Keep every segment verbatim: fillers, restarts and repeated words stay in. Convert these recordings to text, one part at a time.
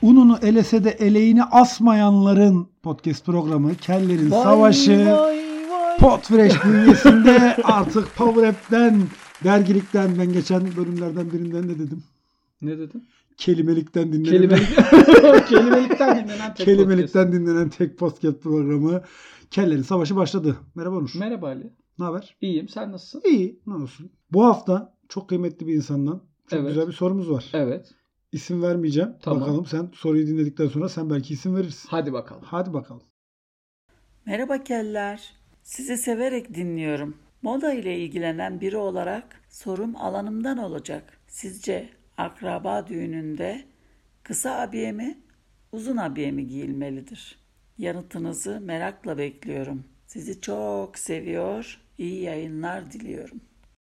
Ununu elese de eleğini asmayanların podcast programı Kellerin Vay, Savaşı vay, vay. Podfresh bünyesinde artık Power App'ten, dergilikten, ben geçen bölümlerden birinden ne dedim? Ne dedin? Kelimelikten dinlenen Kelimelik... Kelimelikten dinlenen tek Kelimelikten podcast. dinlenen tek podcast programı Kellerin Savaşı başladı. Merhaba Onur. Merhaba Ali. Ne haber? İyiyim. Sen nasılsın? İyi. Ne olsun. Bu hafta çok kıymetli bir insandan çok Evet. güzel bir sorumuz var. Evet. İsim vermeyeceğim. Tamam. Bakalım sen soruyu dinledikten sonra sen belki isim verirsin. Hadi bakalım. Hadi bakalım. Merhaba keller. Sizi severek dinliyorum. Moda ile ilgilenen biri olarak sorum alanımdan olacak. Sizce akraba düğününde kısa abiye mi, uzun abiye mi giyilmelidir? Yanıtınızı merakla bekliyorum. Sizi çok seviyor, iyi yayınlar diliyorum.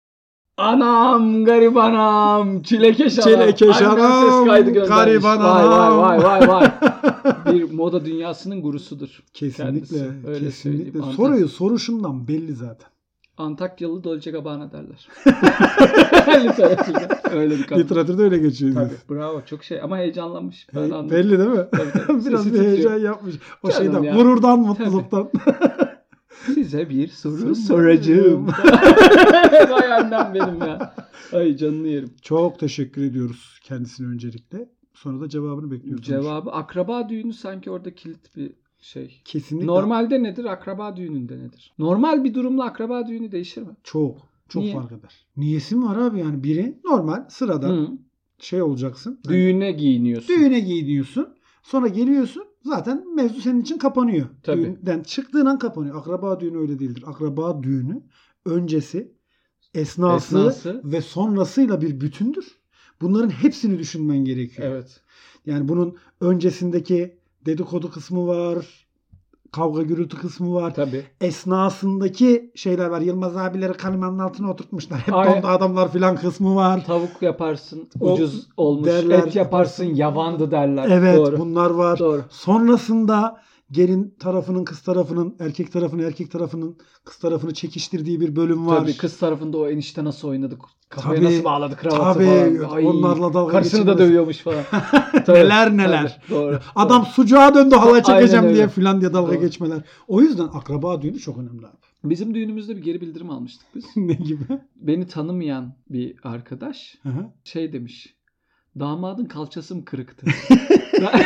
Anam, garip anam, çilekeş anam. Çilekeş Annem anam, ses kaydı göndermiş. garip Vay anam. vay vay vay vay. Bir moda dünyasının gurusudur. Kesinlikle. Kendisi. Öyle Kesinlikle. söyleyeyim. Soruyu soruşundan belli zaten. Antakyalı Dolce Gabbana derler. Literatürde. Öyle bir kadın. Literatürde öyle geçiyor. Tabii, bravo, çok şey ama heyecanlanmış. Ben Hey, anladım. belli değil mi? Tabii, tabii. Biraz Sesi bir heyecan titriyor. yapmış. O Canım şeyden, ya. gururdan, mutluluktan. Size bir soru Soru soracağım. Vay annem benim ya. Ay canını yerim. Çok teşekkür ediyoruz kendisine öncelikle. Sonra da cevabını bekliyoruz. Cevabı akraba düğünü sanki orada kilit bir şey. Kesinlikle. Normalde nedir? Akraba düğününde nedir? Normal bir durumla akraba düğünü değişir mi? Çok. Çok Niye? fark eder. Niyesi mi var abi yani? Biri normal sıradan Hı. şey olacaksın. Hani Düğüne giyiniyorsun. düğüne giyiniyorsun. Sonra geliyorsun. Zaten mevzu senin için kapanıyor. Tabii. Düğünden çıktığın an kapanıyor. Akraba düğünü öyle değildir. Akraba düğünü öncesi, esnası, Esnası. ve sonrasıyla bir bütündür. Bunların hepsini düşünmen gerekiyor. Evet. Yani bunun öncesindeki dedikodu kısmı var. Kavga gürültü kısmı var. Tabii. Esnasındaki şeyler var. Yılmaz abileri kalimanın altına oturtmuşlar. Hep Aynen. donda adamlar filan kısmı var. Tavuk yaparsın O ucuz olmuş. derler. Et yaparsın yavandı derler. Evet, Doğru. bunlar var. Doğru. Sonrasında gelin tarafının kız tarafının, erkek tarafının erkek tarafının kız tarafını çekiştirdiği bir bölüm var. Tabii kız tarafında o enişte nasıl oynadık. Kafaya Tabii, nasıl bağladı kravatı tabii, falan. Ay, onlarla dalga karısını da geçilmez. dövüyormuş falan. Tabii, Neler neler. tabii, doğru. Adam sucuğa döndü halay çekeceğim Aynen diye öyle. filan diye dalga Doğru. geçmeler. O yüzden akraba düğünü çok önemli abi. Bizim düğünümüzde bir geri bildirim almıştık biz. Ne gibi? Beni tanımayan bir arkadaş Hı hı. şey demiş. Damadın kalçası mı kırıktı? ben...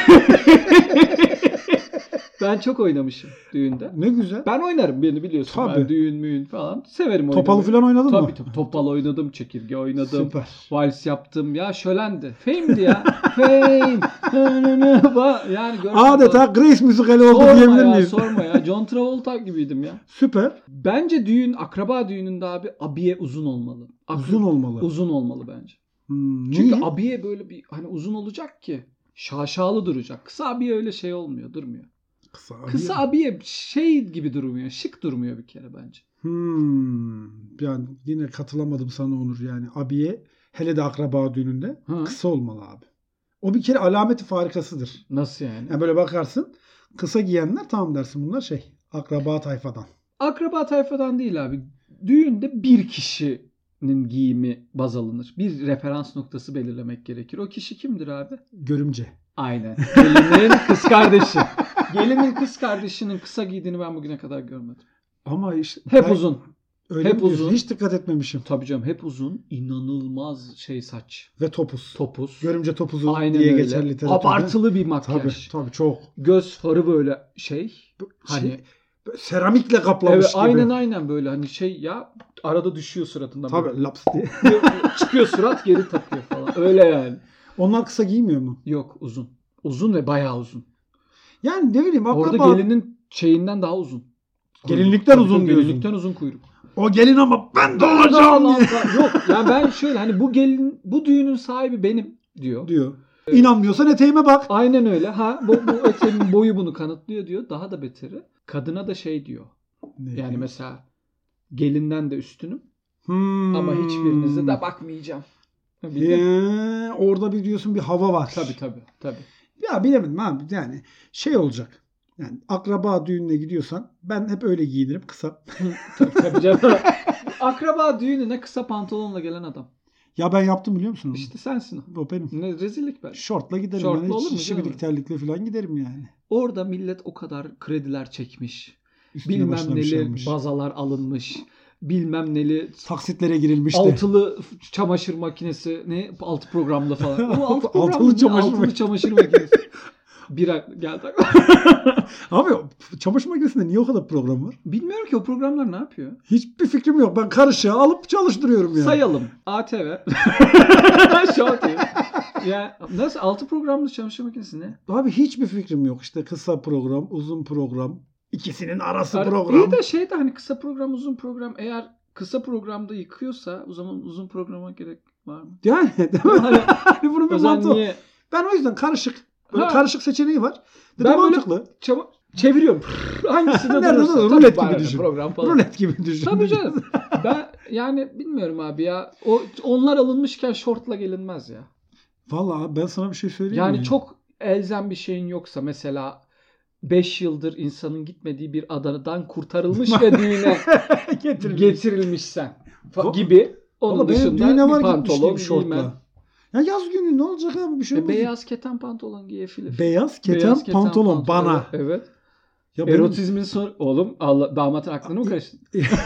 ben çok oynamışım düğünde. Ne güzel. Ben oynarım, beni biliyorsun. Tabii. Ben düğün müğün falan severim oynamayı. Topalı filan oynadın tabii, mı? Tabii topal oynadım, çekirge oynadım. Süper. Vals yaptım. Ya şölendi. Fame'di ya. Fame. Yani görsel Adeta Grace müzikali oldu sorma diyebilir ya, miyim? sorma ya. John Travolta gibiydim ya. Süper. Bence düğün, akraba düğününde abi abiye uzun olmalı. Akra- Uzun olmalı. Uzun olmalı bence. Hmm, Çünkü niye? abiye böyle bir hani uzun olacak ki şaşalı duracak. Kısa abiye öyle şey olmuyor, durmuyor. Kısa abi. Kısa abiye şey gibi durmuyor, şık durmuyor bir kere bence. Hmm. Yani yine katılamadım sana Onur yani. Abiye hele de akraba düğününde Hı. kısa olmalı abi. O bir kere alameti farikasıdır. Nasıl yani? Yani böyle bakarsın kısa giyenler tamam dersin bunlar şey akraba tayfadan. Akraba tayfadan değil abi. Düğünde bir kişinin giyimi baz alınır. Bir referans noktası belirlemek gerekir. O kişi kimdir abi? Görümce. Aynen. Gelinin kız kardeşi. Gelinin kız kardeşinin kısa giydiğini ben bugüne kadar görmedim. Ama işte Hep ben- uzun. Öyle Hep mi diyorsun? uzun. Hiç dikkat etmemişim. Tabii canım, hep uzun. İnanılmaz şey saç. Ve topuz. Topuz. Görümce topuzu Aynen diye öyle. geçer literatürde. Abartılı bir Tabii makyaj. tabii çok. Göz farı böyle şey. Hani Şey, böyle seramikle kaplamış evet, gibi. aynen aynen böyle hani şey ya, arada düşüyor suratından. Tabii böyle. laps diye. Çıkıyor surat, geri takıyor falan. Öyle yani. Onlar kısa giymiyor mu? Yok, uzun. Uzun ve bayağı uzun. Yani ne bileyim akraba. Orada gelinin şeyinden daha uzun. Gelinlikten Tabii, uzun tabii, diyorsun. Gelinlikten uzun kuyruk. O gelin ama ben de olacağım Allah diye. Allah. Yok yani ben şöyle hani bu gelin, bu düğünün sahibi benim diyor. diyor. İnanmıyorsan eteğime bak. Aynen öyle. Ha bu, bu eteğin boyu bunu kanıtlıyor diyor. Daha da beteri. Kadına da şey diyor. Ne? Yani mesela gelinden de üstünüm. Hmm. Ama hiçbirinize de bakmayacağım. Bildin? Ee, orada bir diyorsun bir hava var. Tabii tabii tabii. Ya bilemedim abi yani şey olacak. Yani akraba düğününe gidiyorsan ben hep öyle giyinirim kısa. tabii, tabii canım. Akraba düğününe kısa pantolonla gelen adam. Ya ben yaptım biliyor musun? İşte sensin o. O benim. Ne rezillik ben. Şortla giderim. Şortla yani. olur mu Hiç canım? şibirik terlikle falan giderim yani. Orada millet o kadar krediler çekmiş. Üstüne Bilmem başına bir şey neli almış. bazalar alınmış. Bilmem neli Taksitlere girilmişti. altılı çamaşır makinesi ne altı programlı falan. O altı Altılı programlı çamaşır altılı makinesi. çamaşır makinesi. Bira geldi. Abi çamaşır makinesinde niye o kadar program var? Bilmiyorum ki o programlar ne yapıyor? Hiçbir fikrim yok. Ben karışığı alıp çalıştırıyorum yani. Sayalım. A T V. Show T V. Ya nasıl altı programlı çamaşır makinesi ne? Abi hiçbir fikrim yok. İşte kısa program, uzun program. İkisinin arası Ar- program. İyi de şey de hani kısa program uzun program eğer kısa programda yıkıyorsa o zaman uzun programa gerek var mı? Yani değil mi? Hani, Hani bunun bir o zaman mantığı. niye? Ben o yüzden karışık. Böyle Ha. karışık seçeneği var. Dedim Ben böyle mantıklı. çama- çeviriyorum. Hangisinde Nerede durursa. durur? Tabii Rulet bana gibi ne, düşün. Program falan. Rulet gibi düşün. Tabii canım. Ben yani bilmiyorum abi ya. O onlar alınmışken şortla gelinmez ya. Vallahi ben sana bir şey söyleyeyim Yani mi? çok elzem bir şeyin yoksa mesela beş yıldır insanın gitmediği bir adadan kurtarılmış ve düğüne Getirilmiş. getirilmişsen fa- Va- gibi onun Valla benim dışında düğüne bir var pantolon gitmiştim giymen. şortla. Ya yaz günü ne olacak abi bir şey E, olmaz. beyaz keten pantolon giyebilir. Beyaz keten, Beyaz keten pantolon, bana. Evet. Ya benim- Erotizmin sor... Oğlum Allah, damatın aklını mı karıştı?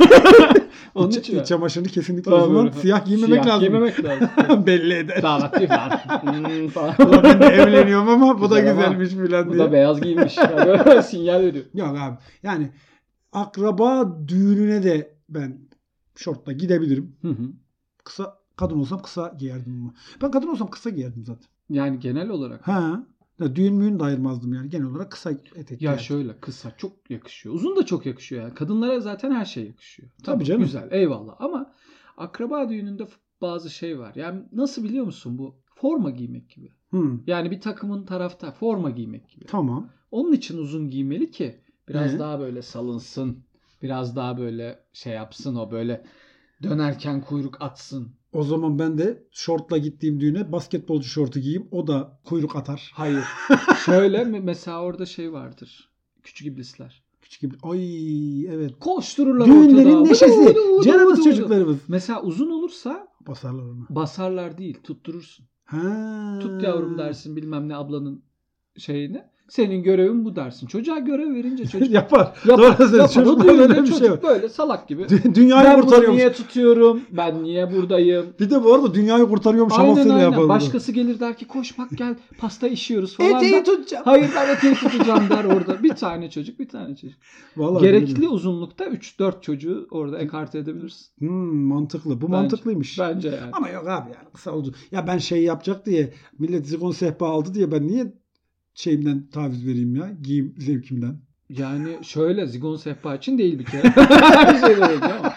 Onun İç, için ya. iç çamaşırını kesinlikle Tabii o zaman böyle. siyah giymemek Siyah lazım. giymemek lazım. Belli eder. Damat diyor falan. Hmm, falan. Ulan ben de evleniyorum ama bu da Güzel ama. güzelmiş filan Bu diye. da beyaz giymiş. Yani böyle sinyal veriyor. Yok abi yani akraba düğününe de ben şortla gidebilirim. Hı hı. Kısa kadın olsam kısa giyerdim ama. Ben kadın olsam kısa giyerdim zaten. Yani genel olarak. Ha. Ya düğün müğün de ayırmazdım yani. Genel olarak kısa etek Ya giyerdim. şöyle kısa çok yakışıyor. Uzun da çok yakışıyor yani. Kadınlara zaten her şey yakışıyor. Tabii canım. Güzel eyvallah ama akraba düğününde f- bazı şey var. Yani nasıl biliyor musun bu? Forma giymek gibi. Hı. Yani bir takımın tarafta forma giymek gibi. Tamam. Onun için uzun giymeli ki biraz Hı. daha böyle salınsın. Biraz daha böyle şey yapsın o böyle dönerken kuyruk atsın. O zaman ben de şortla gittiğim düğüne basketbolcu şortu giyeyim. O da kuyruk atar. Hayır. Şöyle mi- mesela orada şey vardır. Küçük iblisler. Küçük gibi. Ay evet. Koştururlar Düğünlerin ortada. neşesi. Vıdı vıdı vıdı Canımız vıdı. çocuklarımız. Mesela uzun olursa Basarlar onu. basarlar değil tutturursun. Ha. Tut yavrum dersin bilmem ne ablanın şeyini. Senin görevin bu dersin. Çocuğa görev verince çocuk Yapar. yapar. Doğru söylüyorsun. yapar. O Çocuklarda düğünde öyle bir çocuk şey var. böyle salak gibi. Dü- Dünyayı Ben bunu kurtarıyormuş. niye tutuyorum? Ben niye buradayım? Bir de bu arada dünyayı kurtarıyormuş Aynen havasıyla aynen. yapar bunu. Başkası gelir der ki koş bak gel pasta işiyoruz falan. Eteği der. tutacağım. Hayır ben eteği tutacağım der orada. Bir tane çocuk bir tane çocuk. Vallahi Gerekli bilmiyorum. uzunlukta üç dört çocuğu orada ekarte edebilirsin. Hmm, mantıklı. Bu Bence- mantıklıymış. Bence yani. Ama yok abi yani kısa oldu. Ya ben şey yapacak diye millet zigon sehpa aldı diye ben niye şeyimden taviz vereyim ya? Giyim zevkimden. Yani şöyle zigon sehpa için değil bir kere. Her şey de öyle ama.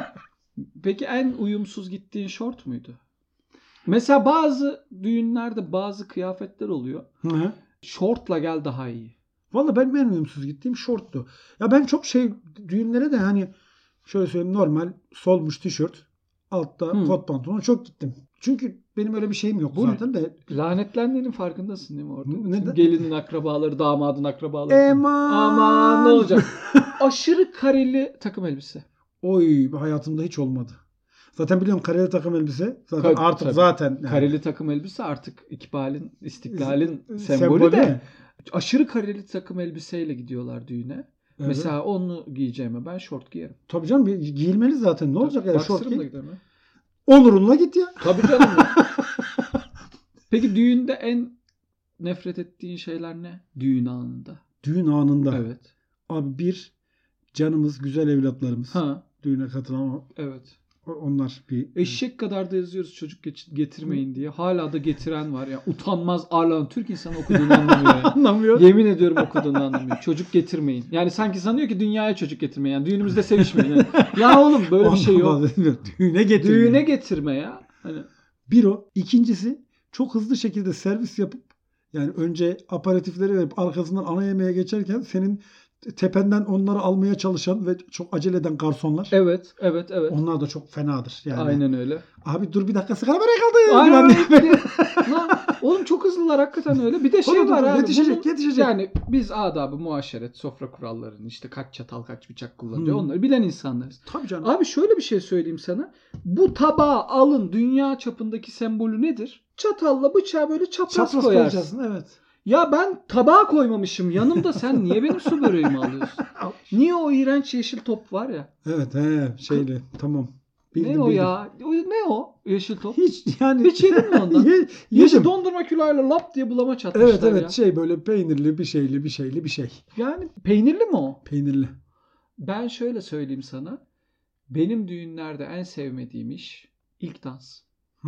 Peki en uyumsuz gittiğin şort muydu? Mesela bazı düğünlerde bazı kıyafetler oluyor. Hı hı. Şortla gel daha iyi. Valla ben en uyumsuz gittiğim şorttu. Ya ben çok şey düğünlere de hani şöyle söyleyeyim normal solmuş tişört altta Hı. kot pantolon çok gittim. Çünkü benim öyle bir şeyim yok Bu- zaten de. Lanetlendiğinin farkındasın değil mi orada? Neden? Gelinin akrabaları, damadın akrabaları. Eman. Aman ne olacak? Aşırı kareli takım elbise. Oy hayatımda hiç olmadı. Zaten biliyorum kareli takım elbise. Zaten Tabii, artık tabii. zaten. yani. Kareli takım elbise artık ikbalin, istiklalin Sembolü sembolü de. mi? Aşırı kareli takım elbiseyle gidiyorlar düğüne. Evet. Mesela onu giyeceğime ben şort giyerim. Tabii canım bir giyilmeli zaten. Ne olacak ya şort Boxer'ımla giy. giderim ya. Olurunla git ya. Tabii canım. ya. Peki düğünde en nefret ettiğin şeyler ne? Düğün anında. Düğün anında. Evet. Abi bir canımız güzel evlatlarımız. Ha, Düğüne katılan o- evet. onlar bir Eşek kadar da yazıyoruz çocuk geç- getirmeyin diye. Hala da getiren var ya. Utanmaz arlan Türk insanı okuduğunu anlamıyor ya. anlamıyor. Yemin ediyorum okuduğunu anlamıyor. Çocuk getirmeyin. Yani sanki sanıyor ki dünyaya çocuk getirmeyin. Yani düğünümüzde sevişmeyin. Yani. Ya oğlum böyle bir Ondan şey yok. bahsetmiyorum. Düğüne getir. Düğüne getirme ya. Hani Bir o. İkincisi çok hızlı şekilde servis yapıp yani önce aperatifleri verip arkasından ana yemeğe geçerken senin tependen onları almaya çalışan ve çok acele eden garsonlar. Evet, evet, evet. Onlar da çok fenadır. Yani. Aynen öyle. Abi dur bir dakika sigara bırak kaldı. Aynen öyle. Lan, oğlum çok hızlılar hakikaten öyle. Bir de şey Oğlum, var abi. yetişecek, bunun, yetişecek. Yani biz adabı, muaşeret, sofra kurallarını işte kaç çatal kaç bıçak kullanıyor. Hmm. Onları bilen insanlarız. Tabii canım. Abi şöyle bir şey söyleyeyim sana. Bu tabağı alın dünya çapındaki sembolü nedir? Çatalla bıçağı böyle çapraz, Çapraz koyarsın. koyacaksın evet. Ya ben tabağa koymamışım yanımda, sen niye benim su böreğimi alıyorsun? Niye o iğrenç yeşil top var ya? Evet he şeyli tamam. Bildim, ne o bildim. ya? O- Ne o yeşil top? Hiç yani. Hiç yedin mi ondan? Ye, Yeşil yedim. dondurma külahıyla lap diye bulama çatmışlar Evet evet ya. şey böyle peynirli bir şeyli bir şeyli bir şey. Yani peynirli mi o? Peynirli. Ben şöyle söyleyeyim sana. Benim düğünlerde en sevmediğim iş ilk dans.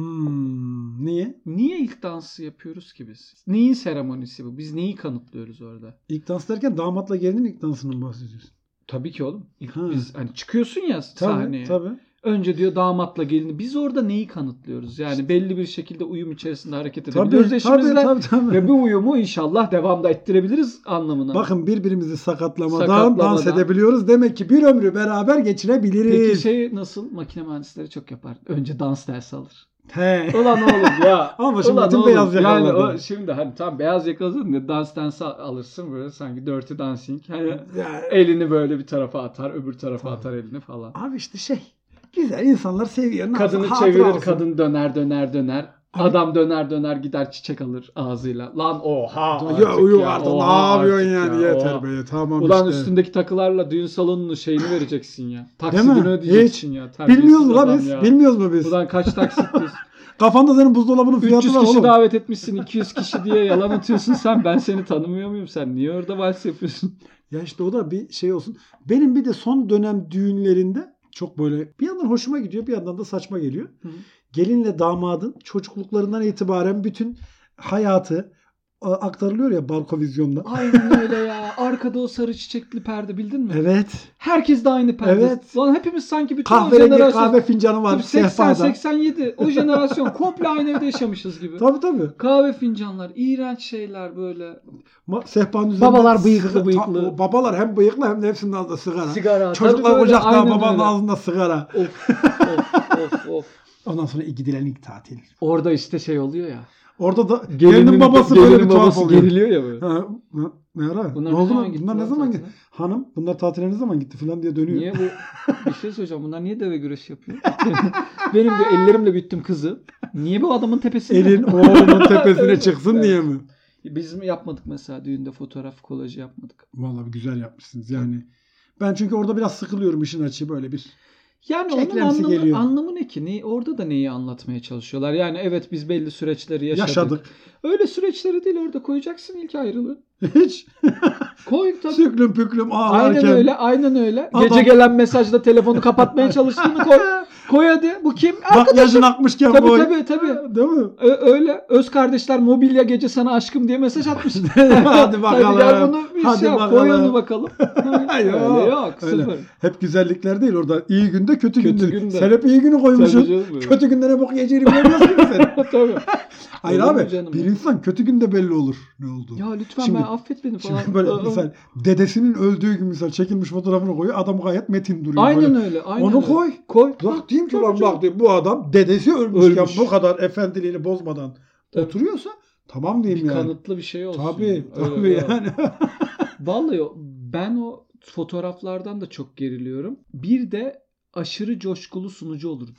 Hmm, niye? Niye ilk dansı yapıyoruz ki biz? Neyin seremonisi bu? Biz neyi kanıtlıyoruz orada? İlk dans derken damatla gelinin ilk dansından bahsediyorsun. Tabii ki oğlum. İlk Ha. biz hani çıkıyorsun ya Tabii sahneye. tabii. Önce diyor damatla gelini. Biz orada neyi kanıtlıyoruz? Yani belli bir şekilde uyum içerisinde hareket Tabii edebiliyoruz tabii, eşimizle. tabii tabii. Ve bu uyumu inşallah devamda ettirebiliriz anlamına. Bakın birbirimizi sakatlamadan, Sakatlamadan. dans edebiliyoruz. Demek ki bir ömrü beraber geçirebiliriz. Peki şey nasıl? Makine mühendisleri çok yapar. Önce dans dersi alır. He. Ulan oğlum ya. Ama şimdi Ulan bütün oğlum. beyaz yakalılar Yani da. o, şimdi hani tam beyaz yakaladın da dans dansı alırsın böyle sanki dirty dancing. Hani Ya, elini böyle bir tarafa atar, öbür tarafa Tamam. atar elini falan. abi işte şey. Güzel insanlar seviyor. Nasıl? Kadını Hatıra çevirir, olsun. kadın döner döner döner. Abi- Adam döner döner gider çiçek alır ağzıyla. Lan oha artık Ya uyu ya, artık. Ne oha yapıyorsun artık yani? ya, Yeter oha. be. Tamam Ulan işte. üstündeki takılarla düğün salonunun şeyini vereceksin ya. Değil Taksidini mi? ödeyeceksin ya. Terbiyesiz Bilmiyoruz mu la adam biz? ya. Bilmiyoruz mu biz? Ulan kaç taksit diyorsun? Kafanda senin buzdolabının üç fiyatı yüz var kişi oğlum. davet etmişsin iki yüz kişi diye yalan atıyorsun sen. Ben seni tanımıyor muyum sen? Niye orada vals yapıyorsun? Ya işte o da bir şey olsun. Benim bir de son dönem düğünlerinde çok böyle bir yandan hoşuma gidiyor bir yandan da saçma geliyor. Hı hı. Gelinle damadın çocukluklarından itibaren bütün hayatı a, aktarılıyor ya Barkovizyon'da. Aynen öyle ya. Arkada o sarı çiçekli perde bildin mi? Evet. Herkes de aynı perde. Evet. Lan hepimiz sanki bütün o Kahverengi jenerasyon. kahve fincanı var Tabii seksen sehpada. seksen yedi o jenerasyon komple aynı evde yaşamışız gibi. Tabii tabii. Kahve fincanlar, iğrenç şeyler böyle. Ma- Sehpanın üzerinde Babalar bıyıklı sigara- bıyıklı. Ta- babalar hem bıyıklı hem de hepsinin ağzında sigara. Sigara. Çocuklar Tabii böyle, kucakta aynen babanın öyle. ağzında sigara. Of of of of. Ondan sonra gidilen ilk tatil. Orada işte şey oluyor ya. Orada da gelinin, babası gelinin böyle bir tuhaf babası oluyor. geriliyor ya böyle. Ha, ne, ne ara? Bunlar ne ne oldu zaman mu? gitti Bunlar ne lan zaman tatile? gitti? Hanım bunlar tatile ne zaman gitti falan diye dönüyor. Niye bu? Bir şey söyleyeceğim. Bunlar niye deve güreşi yapıyor? Benim de ellerimle büyüttüm kızı. Niye bu adamın tepesinde? Elin oğlunun tepesine Evet, çıksın evet. diye mi? Biz mi yapmadık mesela düğünde fotoğraf kolajı yapmadık. Vallahi güzel yapmışsınız yani. Ben çünkü orada biraz sıkılıyorum işin açığı böyle bir. Yani onun Keklemsi anlamı, geliyor. anlamı ne ki? Ne, orada da neyi anlatmaya çalışıyorlar? Yani evet biz belli süreçleri yaşadık. Yaşadık. Öyle süreçleri değil orada koyacaksın ilk ayrılığı. Hiç. Koy tabii. Süklüm püklüm ağlarken. Aynen öyle, aynen öyle. Adam- Gece gelen mesajda telefonu kapatmaya çalıştığını koy. Koy hadi. Bu kim? Bak yaşın akmışken Tabii boy. tabii tabii. Değil mi? Ö- öyle. Öz kardeşler mobilya gece sana aşkım diye mesaj atmış. Hadi bakalım. Hadi gel bunu bir Hadi şey yap. bakalım. Koy onu bakalım. öyle yok. Öyle. Sıfır. Hep güzellikler değil orada. İyi günde kötü, Kötü günde. günde. Sen hep iyi günü koymuşsun. Tabii canım, böyle. Kötü günde ne bok yiyeceğini bilemiyorsun ki sen. Tabii. Hayır Olur mu abi canım bir ya? insan kötü günde belli olur ne oldu. Ya lütfen Şimdi- ben affet beni falan. Şimdi böyle Aa, misal dedesinin öldüğü gün misal çekilmiş fotoğrafını koyuyor. Adam gayet metin duruyor. Aynen böyle. öyle. Aynen Onu öyle. koy. Koy. Bak diyeyim ki Tabii lan canım. bak diyeyim, bu adam dedesi ölmüşken Ölmüş. bu kadar efendiliğini bozmadan Tabii. oturuyorsa tamam diyeyim Bir yani. kanıtlı bir şey olsun. Tabii Öyle, tabii öyle. yani. Vallahi o- ben o fotoğraflardan da çok geriliyorum. Bir de aşırı coşkulu sunucu olurdu.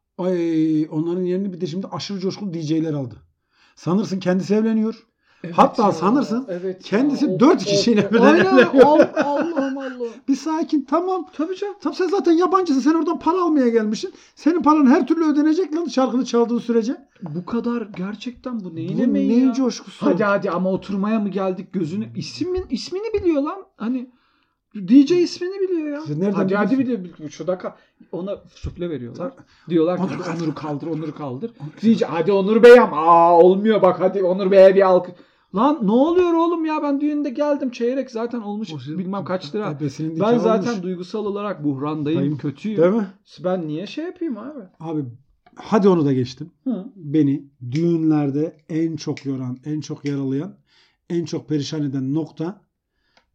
Ay onların yerini bir de şimdi aşırı coşkulu D J'ler aldı. Sanırsın kendisi evleniyor. Evet Hatta ya, sanırsın evet kendisi ya. dört Of, kişiyle of. birden Aynen, evleniyor. Al- Allah'ım Allah. Bir sakin tamam. Tabii canım. Tamam sen zaten yabancısın. Sen oradan para almaya gelmişsin. Senin paran her türlü ödenecek lan şarkını çaldığın sürece. Bu kadar gerçekten bu neyin Bu emeği neyin ya? coşkusu? Hadi hadi ama oturmaya mı geldik gözünü? İsmin, ismini biliyor lan. Hani D J ismini biliyor ya. Sen nereden hadi hadi biliyorsun? biliyor. Şu dakika ona sufle veriyorlar. Tabii. Diyorlar ki Onur Onur, kaldır. Onur'u kaldır, Onur'u kaldır. D J hadi Onur Bey ama aa olmuyor bak hadi Onur Bey'e bir alkış. Lan ne oluyor oğlum ya ben düğünde geldim çeyrek zaten olmuş O- bilmem kaç lira. Ebesinin Ben nikahı zaten olmuş. duygusal olarak buhrandayım, Dayım. kötüyüm. Değil mi? Ben niye şey yapayım abi? Abi hadi onu da geçtim. Hı. Beni düğünlerde en çok yoran, en çok yaralayan, en çok perişan eden nokta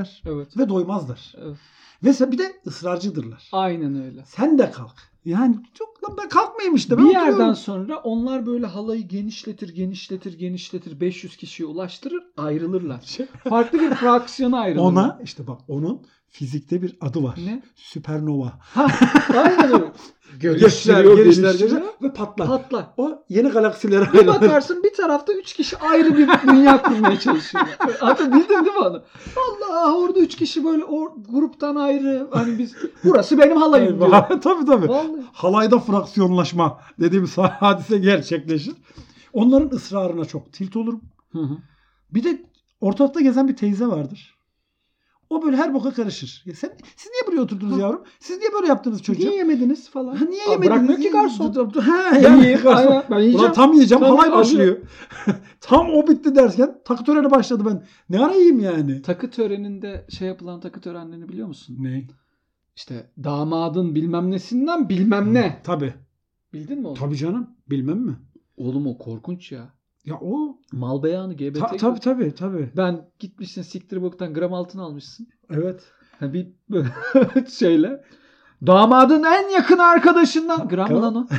ederler. Evet. Ve doymazlar. Evet. Ve sen bir de ısrarcıdırlar. Aynen öyle. Sen de kalk. Yani çok lan ben kalkmayayım işte. Bir Ben yerden oturuyorum. sonra onlar böyle halayı genişletir, genişletir, genişletir. beş yüz kişiye ulaştırır, ayrılırlar. Farklı bir fraksiyona ayrılırlar. Ona işte bak onun fizikte bir adı var. Ne? Süpernova. Ha, aynen öyle. Gelişler, Geliştiriyor, gelişler, geliştiriyor. gelişler ve patlar. Patlar. O yeni galaksilere Bir ayrılır. bakarsın bir tarafta üç kişi ayrı bir dünya kurmaya çalışıyorlar. Hatta bildin değil mi onu? Allah orada üç kişi böyle o gruptan ayrı. Hani biz burası benim halayım diyor. tabii tabii. Vallahi. Halayda fraksiyonlaşma dediğimiz hadise gerçekleşir. Onların ısrarına çok tilt olurum. Hı hı. Bir de ortalıkta gezen bir teyze vardır. O böyle her boka karışır. Ya sen, siz niye buraya oturdunuz yavrum? Siz niye böyle yaptınız çocuğa? Niye yemediniz falan? Ha, niye Aa, yemediniz? bırakmıyor ki garson. Ha, Ben yani yiyeyim, garson. aynen, ben yiyeceğim. Ulan tam yiyeceğim. Tamam, halay başlıyor. alıyorum. Tam o bitti derken takı töreni başladı ben. Ne ara yiyeyim yani? Takı töreninde şey yapılan takı törenlerini biliyor musun? Ne? İşte damadın bilmem nesinden bilmem ne. Tabii. Bildin mi onu? Tabii canım. Bilmem mi? Oğlum o korkunç ya. Ya o Mal beyanı G B T. ta, tabii tabii tabii. Ben gitmişsin siktir boktan gram altın almışsın. Evet. Ha, bir şeyle. Damadın en yakın arkadaşından. Gram mı lan o?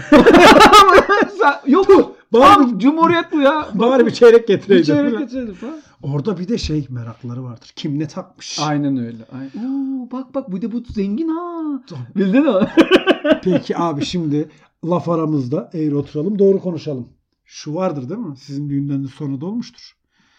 Sen- Yok bu. Tam Cumhuriyet bu ya. Bari bir çeyrek Bir getireydim. çeyrek getirelim falan. Orada bir de şey merakları vardır. Kim ne takmış? Aynen öyle. Aynen. Oo, bak bak bu da bu zengin ha. Tabii. Bildin mi? Peki abi şimdi laf aramızda eğri oturalım doğru konuşalım. Şu vardır değil mi? Sizin düğünden sonra da olmuştur.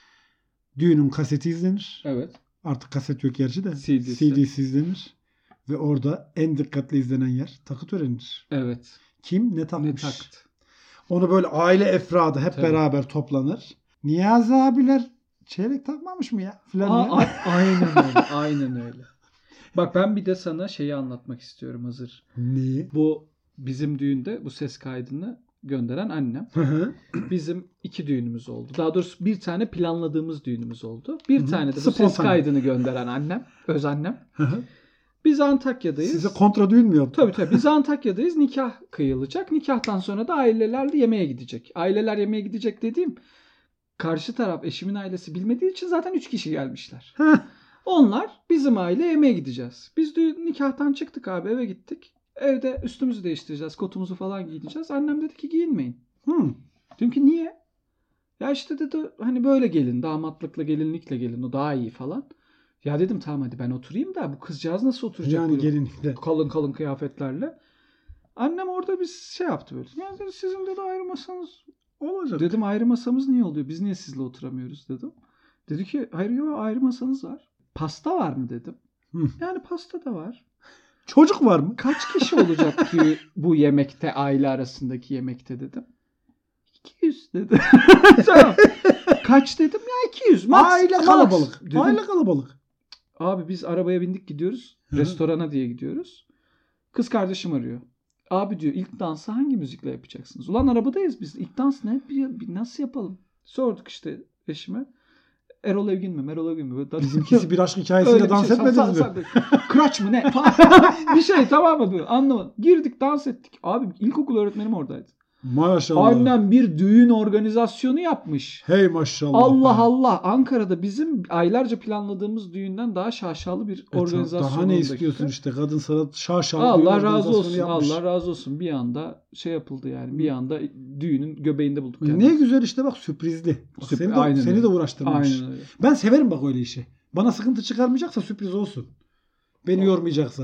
Düğünün kaseti izlenir. Evet. Artık kaset yok gerçi de. C D'si. C D'si izlenir. Ve orada en dikkatli izlenen yer takı törenidir. Evet. Kim ne Ne takmış? taktı? Onu böyle aile efradı hep Tabii. beraber toplanır. Niyazi abiler çeyrek takmamış mı ya? Filan Aa, diye. a- aynen öyle. Aynen öyle. Bak ben bir de sana şeyi anlatmak istiyorum hazır. Neyi? Bu bizim düğünde bu ses kaydını gönderen annem. Hı hı. Bizim iki düğünümüz oldu. Daha doğrusu bir tane planladığımız düğünümüz oldu. Bir Hı hı. tane de bu Spontane. ses kaydını gönderen annem. Öz annem. Hı hı. Biz Antakya'dayız. Size kontra düğün mü yaptı? Tabii tabii. Biz Antakya'dayız. Nikah kıyılacak. Nikahtan sonra da ailelerle yemeğe gidecek. Aileler yemeğe gidecek dediğim karşı taraf eşimin ailesi bilmediği için zaten üç kişi gelmişler. Heh. Onlar bizim aile yemeğe gideceğiz. Biz de nikahtan çıktık abi eve gittik. Evde üstümüzü değiştireceğiz. Kotumuzu falan giyineceğiz. Annem dedi ki giyinmeyin. Hı. Dedim ki niye? Ya işte dedi hani böyle gelin. Damatlıkla gelinlikle gelin. O daha iyi falan. Ya dedim tamam hadi ben oturayım da bu kızcağız nasıl oturacak? Yani böyle gelinlikle. kalın kalın kıyafetlerle. Annem orada bir şey yaptı böyle. Ya dedi, sizin de ayrı masanız Olacak. dedim ayrı masamız niye oluyor? Biz niye sizle oturamıyoruz dedim. Dedi ki hayır yok ayrı masanız var. Pasta var mı dedim. Hı. Yani pasta da var. Çocuk var mı? Kaç kişi olacak ki bu yemekte aile arasındaki yemekte dedim. iki yüz dedi. Tamam. Kaç dedim ya iki yüz. Max, Aile max. kalabalık. Dedim, Aile kalabalık. abi biz arabaya bindik gidiyoruz. Hı hı. Restorana diye gidiyoruz. Kız kardeşim arıyor. Abi diyor ilk dansı hangi müzikle yapacaksınız? Ulan arabadayız biz. İlk dans ne? Bir, bir nasıl yapalım? Sorduk işte eşime. Erol Evgin mi? Erol Evgin mi? Böyle Bizimkisi bir aşk hikayesiyle Öyle bir dans şey. etmediniz Sa- mi? sa- sa- Kıraç mı ne? bir şey tamam mı? Böyle, anlamadım. Girdik dans ettik. Abi ilkokul öğretmenim oradaydı. Maşallah. Annem bir düğün organizasyonu yapmış. Hey maşallah. Allah be. Allah. Ankara'da bizim aylarca planladığımız düğünden daha şaşalı bir E, organizasyon. Daha ne oldu istiyorsun işte. işte kadın sana şaşalı Allah düğün razı organizasyonu olsun. yapmış. Allah razı olsun. Bir anda şey yapıldı yani. Bir anda düğünün göbeğinde bulduk E, kendimizi. Ne güzel işte bak sürprizli. Bak, Sürpriz- seni de, aynen seni öyle. de uğraştırmamış. Aynen öyle. Ben severim bak öyle işi. Bana sıkıntı çıkarmayacaksa sürpriz olsun. Beni yormayacaksa.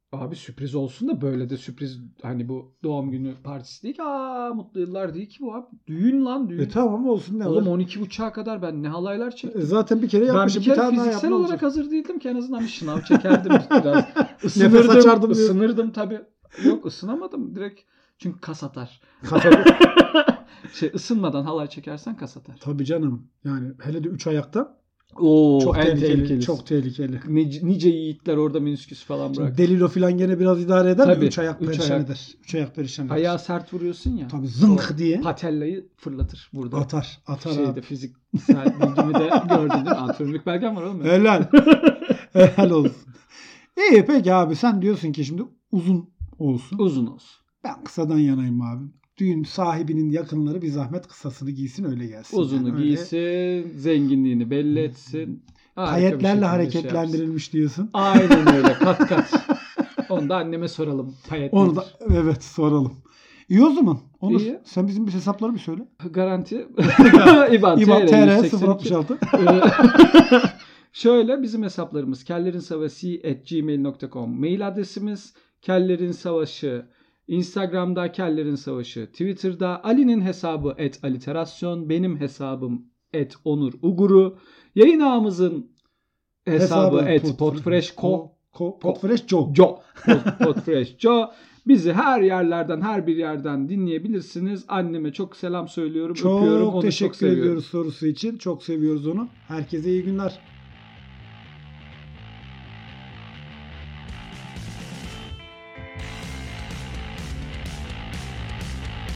Abi sürpriz olsun da böyle de sürpriz, hani bu doğum günü partisi değil ki. Aa, mutlu yıllar değil ki bu abi. Düğün lan düğün. E tamam olsun ne Oğlum var? on iki buçuğa kadar ben ne halaylar çektim. E zaten bir kere Ben yapmışım. bir Bir, kere tane daha fiziksel yapma olarak olacak. hazır değildim ki, en azından bir şınav çekerdim biraz. Nefes Isınırdım, açardım diyor. ısınırdım tabii. Yok, ısınamadım direkt. Çünkü kas atar. Şey, ısınmadan halay çekersen kas atar. Tabii canım. Yani hele de üç ayakta Oo, çok en tehlikeli. tehlikelisi. Çok tehlikeli. Nice, nice yiğitler orada menisküs falan Şimdi bırak. Delilo falan gene biraz idare eder Tabii, de üç ayak üç perişan ayak. eder. Üç ayak perişan eder. Ayağı sert vuruyorsun ya. Tabii zınk o diye. Patellayı fırlatır burada. Atar. Atar Şeyde abi. fiziksel bilgimi de gördün değil mi? Antrenörlük belgem var oğlum. Helal. Helal olsun. İyi peki abi, sen diyorsun ki şimdi uzun olsun. Uzun olsun. Ben kısadan yanayım abi. Düğün sahibinin yakınları bir zahmet kısasını giysin öyle gelsin. Uzunu Yani öyle giysin, zenginliğini belli etsin. Harika bir payetlerle şekilde hareketlendirilmiş şey diyorsun. yapsın. Aynen öyle, kat kat. Onu da anneme soralım. Payet Onu nedir? da evet soralım. İyi o zaman. Onu İyi. sen bizim bir hesapları bir söyle. Garanti. İban, İban T R T R yüz seksen sıfır iki. altmış altı. Şöyle, bizim hesaplarımız kellerinsavaşı at gmail nokta com, mail adresimiz kellerinsavaşı, Instagram'da Kellerin Savaşı, Twitter'da Ali'nin hesabı et aliterasyon, benim hesabım et onur uguru, yayın ağımızın hesabı et podfreshco, Podfreshco. Jo, Pod- Podfreshco. Bizi her yerlerden, her bir yerden dinleyebilirsiniz. Anneme çok selam söylüyorum, öpüyorum, Çok onu teşekkür çok seviyorum. ediyoruz sorusu için. Çok seviyoruz onu. Herkese iyi günler.